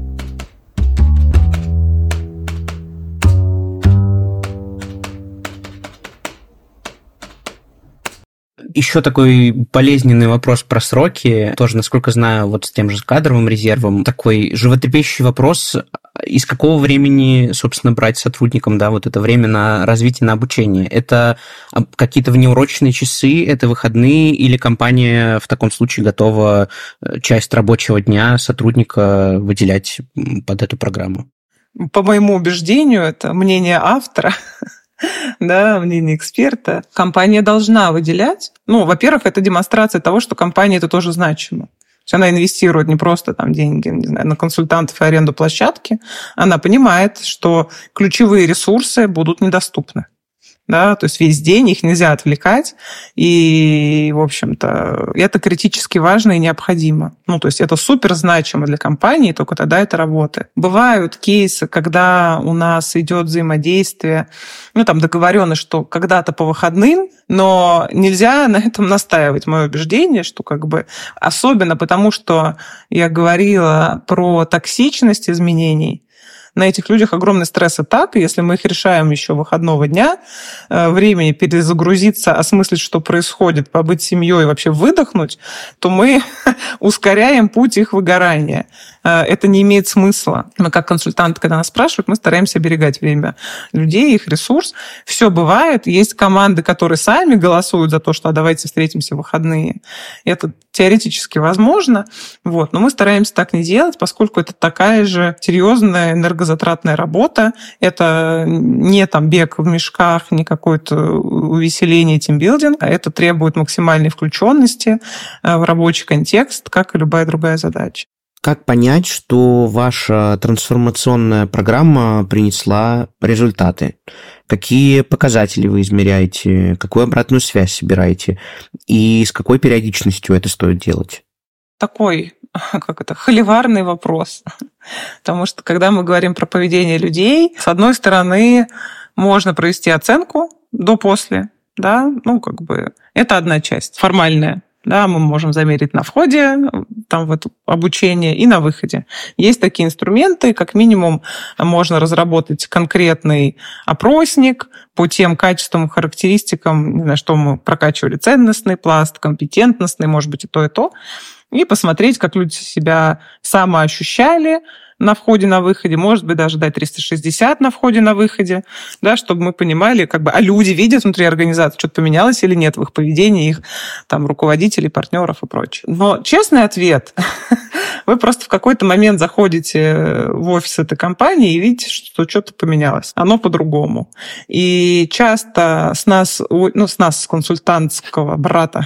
Еще такой болезненный вопрос про сроки. Тоже, насколько знаю, вот с тем же кадровым резервом. Такой животрепещущий вопрос, из какого времени, собственно, брать сотрудникам, да, вот это время на развитие, на обучение? Это какие-то внеурочные часы, это выходные, или компания в таком случае готова часть рабочего дня сотрудника выделять под эту программу? По моему убеждению, это мнение автора, да, мнение эксперта, компания должна выделять. Ну, во-первых, это демонстрация того, что компания это тоже значимо. То есть она инвестирует не просто там деньги, не знаю, на консультантов и аренду площадки, она понимает, что ключевые ресурсы будут недоступны. Да, то есть весь день их нельзя отвлекать, и, в общем-то, это критически важно и необходимо. Ну, то есть это супер значимо для компании, только тогда это работает. Бывают кейсы, когда у нас идет взаимодействие, ну, там договоренность, что когда-то по выходным, но нельзя на этом настаивать. Мое убеждение, что как бы особенно потому, что я говорила про токсичность изменений, на этих людях огромный стресс и так, и если мы их решаем еще выходного дня, времени перезагрузиться, осмыслить, что происходит, побыть семьей и вообще выдохнуть, то мы ускоряем путь их выгорания. это не имеет смысла. Мы как консультанты, когда нас спрашивают, мы стараемся оберегать время людей, их ресурс. Все бывает. Есть команды, которые сами голосуют за то, что а давайте встретимся в выходные. Это теоретически возможно. Вот. Но мы стараемся так не делать, поскольку это такая же серьезная энергозатратная работа. Это не там бег в мешках, не какое-то увеселение, тимбилдинг. А это требует максимальной включенности в рабочий контекст, как и любая другая задача. Как понять, что ваша трансформационная программа принесла результаты? Какие показатели вы измеряете? Какую обратную связь собираете? И с какой периодичностью это стоит делать? Такой, как это, холиварный вопрос. Потому что, когда мы говорим про поведение людей, с одной стороны, можно провести оценку до-после, да, ну, как бы, это одна часть, формальная. Да, мы можем замерить на входе, там, в это обучение, и на выходе. Есть такие инструменты, как минимум можно разработать конкретный опросник по тем качествам, характеристикам, не знаю, что мы прокачивали, ценностный пласт, компетентностный, может быть, и то, и то, и посмотреть, как люди себя самоощущали на входе, на выходе, может быть, даже дать триста шестьдесят на входе, на выходе, да, чтобы мы понимали, как бы, а люди видят внутри организации, что-то поменялось или нет в их поведении, их там руководителей, партнеров и прочее. Но честный ответ, вы просто в какой-то момент заходите в офис этой компании и видите, что что-то поменялось. Оно по-другому. И часто с нас, ну, с нас, с консультантского брата,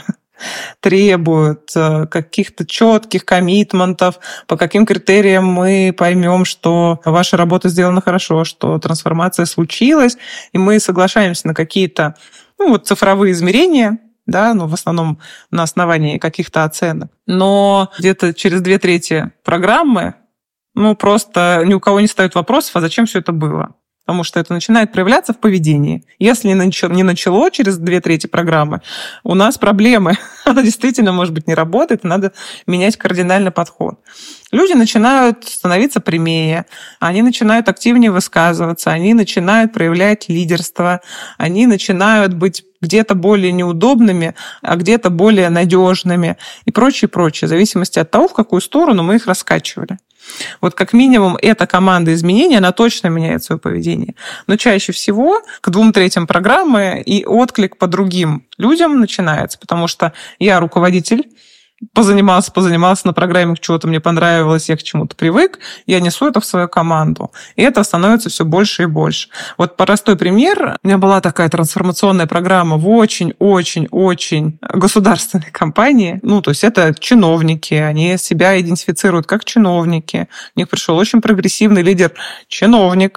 требуют каких-то четких коммитментов, по каким критериям мы поймем, что ваша работа сделана хорошо, что трансформация случилась, и мы соглашаемся на какие-то, ну, вот цифровые измерения, да, ну, в основном на основании каких-то оценок. Но где-то через две трети программы, ну, просто ни у кого не стоит вопросов, а зачем все это было? Потому что это начинает проявляться в поведении. Если не начало через две трети программы, у нас проблемы. Она действительно, может быть, не работает, и надо менять кардинально подход. Люди начинают становиться прямее, они начинают активнее высказываться, они начинают проявлять лидерство, они начинают быть где-то более неудобными, а где-то более надежными и прочее, прочее, в зависимости от того, в какую сторону мы их раскачивали. Вот как минимум эта команда изменений, она точно меняет свое поведение. Но чаще всего к двум третьим программы и отклик по другим людям начинается, потому что я руководитель, позанимался, позанимался на программе, чего-то мне понравилось, я к чему-то привык, я несу это в свою команду. И это становится все больше и больше. Вот простой пример. У меня была такая трансформационная программа в очень-очень-очень государственной компании. Ну, то есть это чиновники, они себя идентифицируют как чиновники. У них пришел очень прогрессивный лидер-чиновник,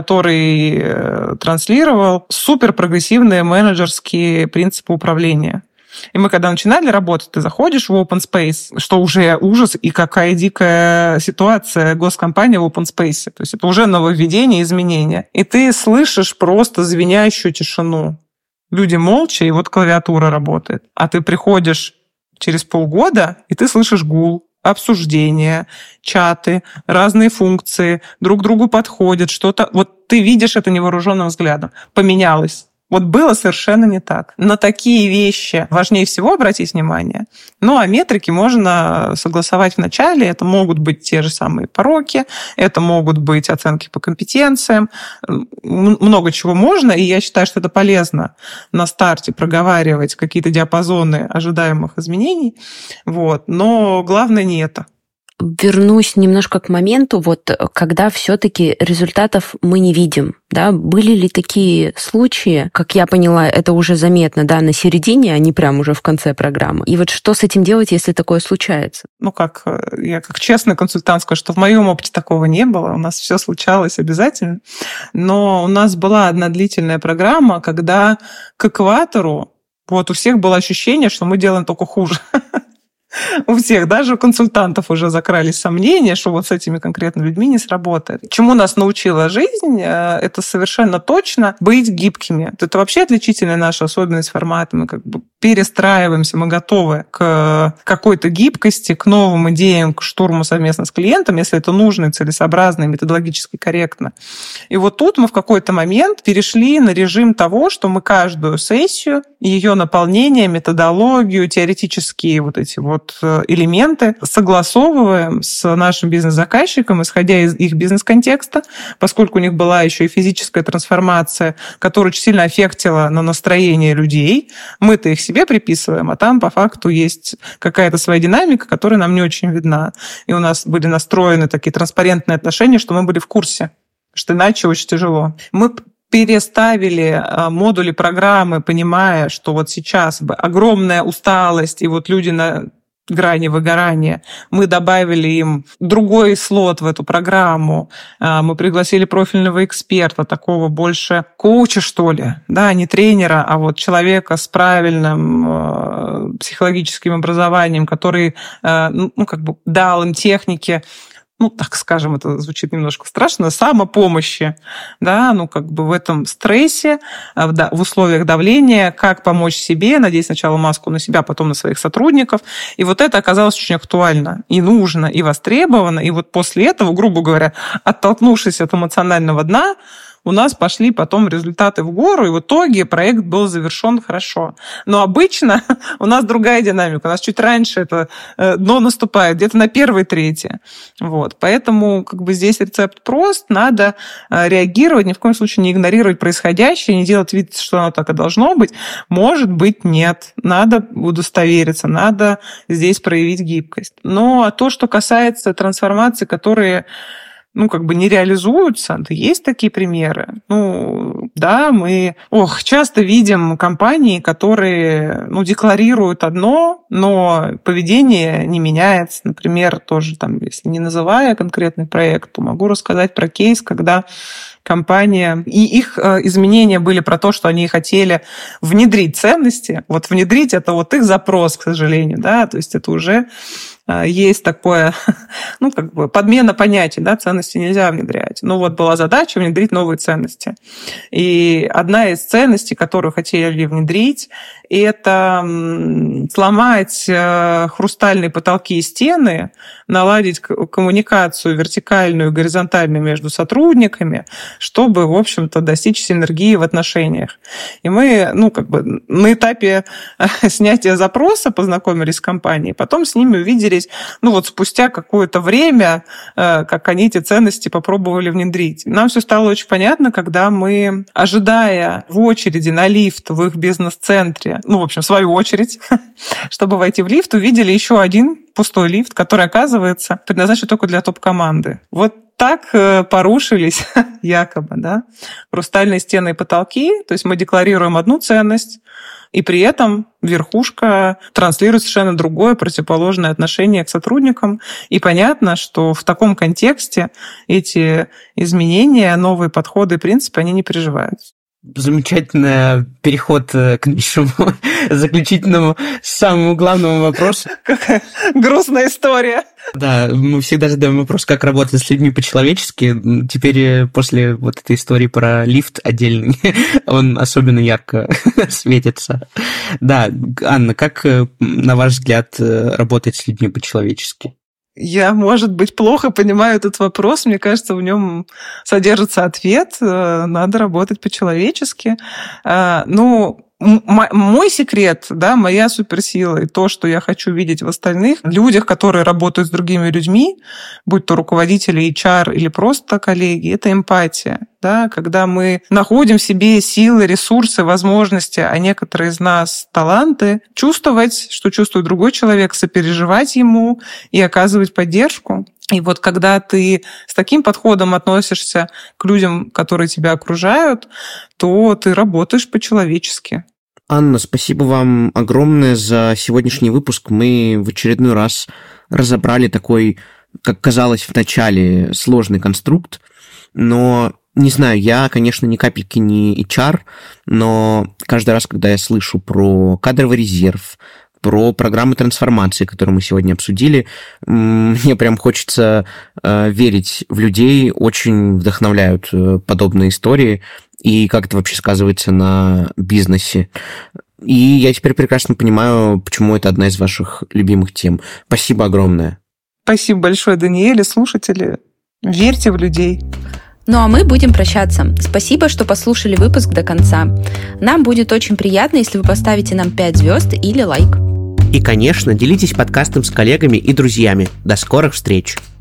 который транслировал суперпрогрессивные менеджерские принципы управления. И мы, когда начинали работать, ты заходишь в open space, что уже ужас, и какая дикая ситуация госкомпания в open space. То есть это уже нововведение, изменения. И ты слышишь просто звенящую тишину. Люди молча, и вот клавиатура работает. А ты приходишь через полгода, и ты слышишь гул, обсуждения, чаты, разные функции, друг к другу подходят, что-то. Вот ты видишь это невооруженным взглядом. Поменялось. Вот было совершенно не так. На такие вещи важнее всего обратить внимание. Ну, а метрики можно согласовать в начале. Это могут быть те же самые пороки, это могут быть оценки по компетенциям. Много чего можно, и я считаю, что это полезно на старте проговаривать какие-то диапазоны ожидаемых изменений. Вот. Но главное не это. Вернусь немножко к моменту, вот, когда все-таки результатов мы не видим. Да? Были ли такие случаи, как я поняла, это уже заметно, да, на середине, а не прям уже в конце программы? И вот что с этим делать, если такое случается? Ну, как я как честный консультант скажу, что в моем опыте такого не было. У нас все случалось обязательно. Но у нас была одна длительная программа, когда к экватору вот у всех было ощущение, что мы делаем только хуже. У всех, даже у консультантов уже закрались сомнения, что вот с этими конкретно людьми не сработает. Чему нас научила жизнь, это совершенно точно быть гибкими. Это вообще отличительная наша особенность формата. Мы как бы перестраиваемся, мы готовы к какой-то гибкости, к новым идеям, к штурму совместно с клиентом, если это нужно, целесообразно, методологически корректно. И вот тут мы в какой-то момент перешли на режим того, что мы каждую сессию ее наполнение, методологию, теоретические вот эти вот элементы согласовываем с нашим бизнес-заказчиком, исходя из их бизнес-контекста, поскольку у них была еще и физическая трансформация, которая очень сильно аффектила на настроение людей. Мы-то их себе приписываем, а там по факту есть какая-то своя динамика, которая нам не очень видна. И у нас были настроены такие транспарентные отношения, что мы были в курсе, что иначе очень тяжело. Мы переставили модули программы, понимая, что вот сейчас огромная усталость, и вот люди на грани выгорания. Мы добавили им другой слот в эту программу. Мы пригласили профильного эксперта, такого больше коуча, что ли, да, не тренера, а вот человека с правильным психологическим образованием, который, ну, как бы дал им техники, ну, так скажем, это звучит немножко страшно, самопомощи, да, ну, как бы в этом стрессе, в условиях давления, как помочь себе, надеть сначала маску на себя, потом на своих сотрудников. И вот это оказалось очень актуально, и нужно, и востребовано. И вот после этого, грубо говоря, оттолкнувшись от эмоционального дна, у нас пошли потом результаты в гору, и в итоге проект был завершен хорошо. Но обычно у нас другая динамика. У нас чуть раньше это дно наступает, где-то на первой трети. Вот. Поэтому как бы здесь рецепт прост. Надо реагировать, ни в коем случае не игнорировать происходящее, не делать вид, что оно так и должно быть. Может быть, нет. Надо удостовериться, надо здесь проявить гибкость. Но то, что касается трансформаций, которые ну, как бы не реализуются, да есть такие примеры. Ну, да, мы, ох, часто видим компании, которые, ну, декларируют одно, но поведение не меняется. Например, тоже там, если не называя конкретный проект, то могу рассказать про кейс, когда компания, и их изменения были про то, что они хотели внедрить ценности. Вот внедрить — это вот их запрос, к сожалению, да, то есть это уже есть такое, ну, как бы подмена понятий, да, ценности нельзя внедрять. Ну, вот была задача внедрить новые ценности. И одна из ценностей, которую хотели внедрить, это сломать хрустальные потолки и стены, наладить коммуникацию вертикальную и горизонтальную между сотрудниками, чтобы, в общем-то, достичь синергии в отношениях. И мы, ну, как бы на этапе снятия запроса познакомились с компанией, потом с ними увиделись, ну, вот спустя какое-то время, как они эти ценности попробовали внедрить. Нам все стало очень понятно, когда мы, ожидая в очереди на лифт в их бизнес-центре, ну, в общем, свою очередь, чтобы войти в лифт, увидели еще один пустой лифт, который, оказывается, предназначен только для топ-команды. Вот так порушились якобы, да, хрустальные стены и потолки. То есть мы декларируем одну ценность, и при этом верхушка транслирует совершенно другое, противоположное отношение к сотрудникам. И понятно, что в таком контексте эти изменения, новые подходы и принципы, они не приживаются. Замечательный переход к нашему заключительному, самому главному вопросу. Какая грустная история. Да, мы всегда задаем вопрос, как работать с людьми по-человечески. Теперь после вот этой истории про лифт отдельный, он особенно ярко светится. Да, Анна, как, на ваш взгляд, работать с людьми по-человечески? Я, может быть, плохо понимаю этот вопрос. Мне кажется, в нем содержится ответ. Надо работать по-человечески. Ну, мой секрет, да, моя суперсила и то, что я хочу видеть в остальных людях, которые работают с другими людьми, будь то руководители, эйч ар или просто коллеги, это эмпатия. Да, когда мы находим в себе силы, ресурсы, возможности, а некоторые из нас таланты, чувствовать, что чувствует другой человек, сопереживать ему и оказывать поддержку. И вот когда ты с таким подходом относишься к людям, которые тебя окружают, то ты работаешь по-человечески. Анна, спасибо вам огромное за сегодняшний выпуск. Мы в очередной раз разобрали такой, как казалось в начале, сложный конструкт, но не знаю, я, конечно, ни капельки не эйч ар, но каждый раз, когда я слышу про кадровый резерв, про программы трансформации, которые мы сегодня обсудили, мне прям хочется э, верить в людей, очень вдохновляют э, подобные истории, и как это вообще сказывается на бизнесе. И я теперь прекрасно понимаю, почему это одна из ваших любимых тем. Спасибо огромное. Спасибо большое, Даниэль, и слушатели. Верьте в людей. Ну а мы будем прощаться. Спасибо, что послушали выпуск до конца. Нам будет очень приятно, если вы поставите нам пять звезд или лайк. И, конечно, делитесь подкастом с коллегами и друзьями. До скорых встреч!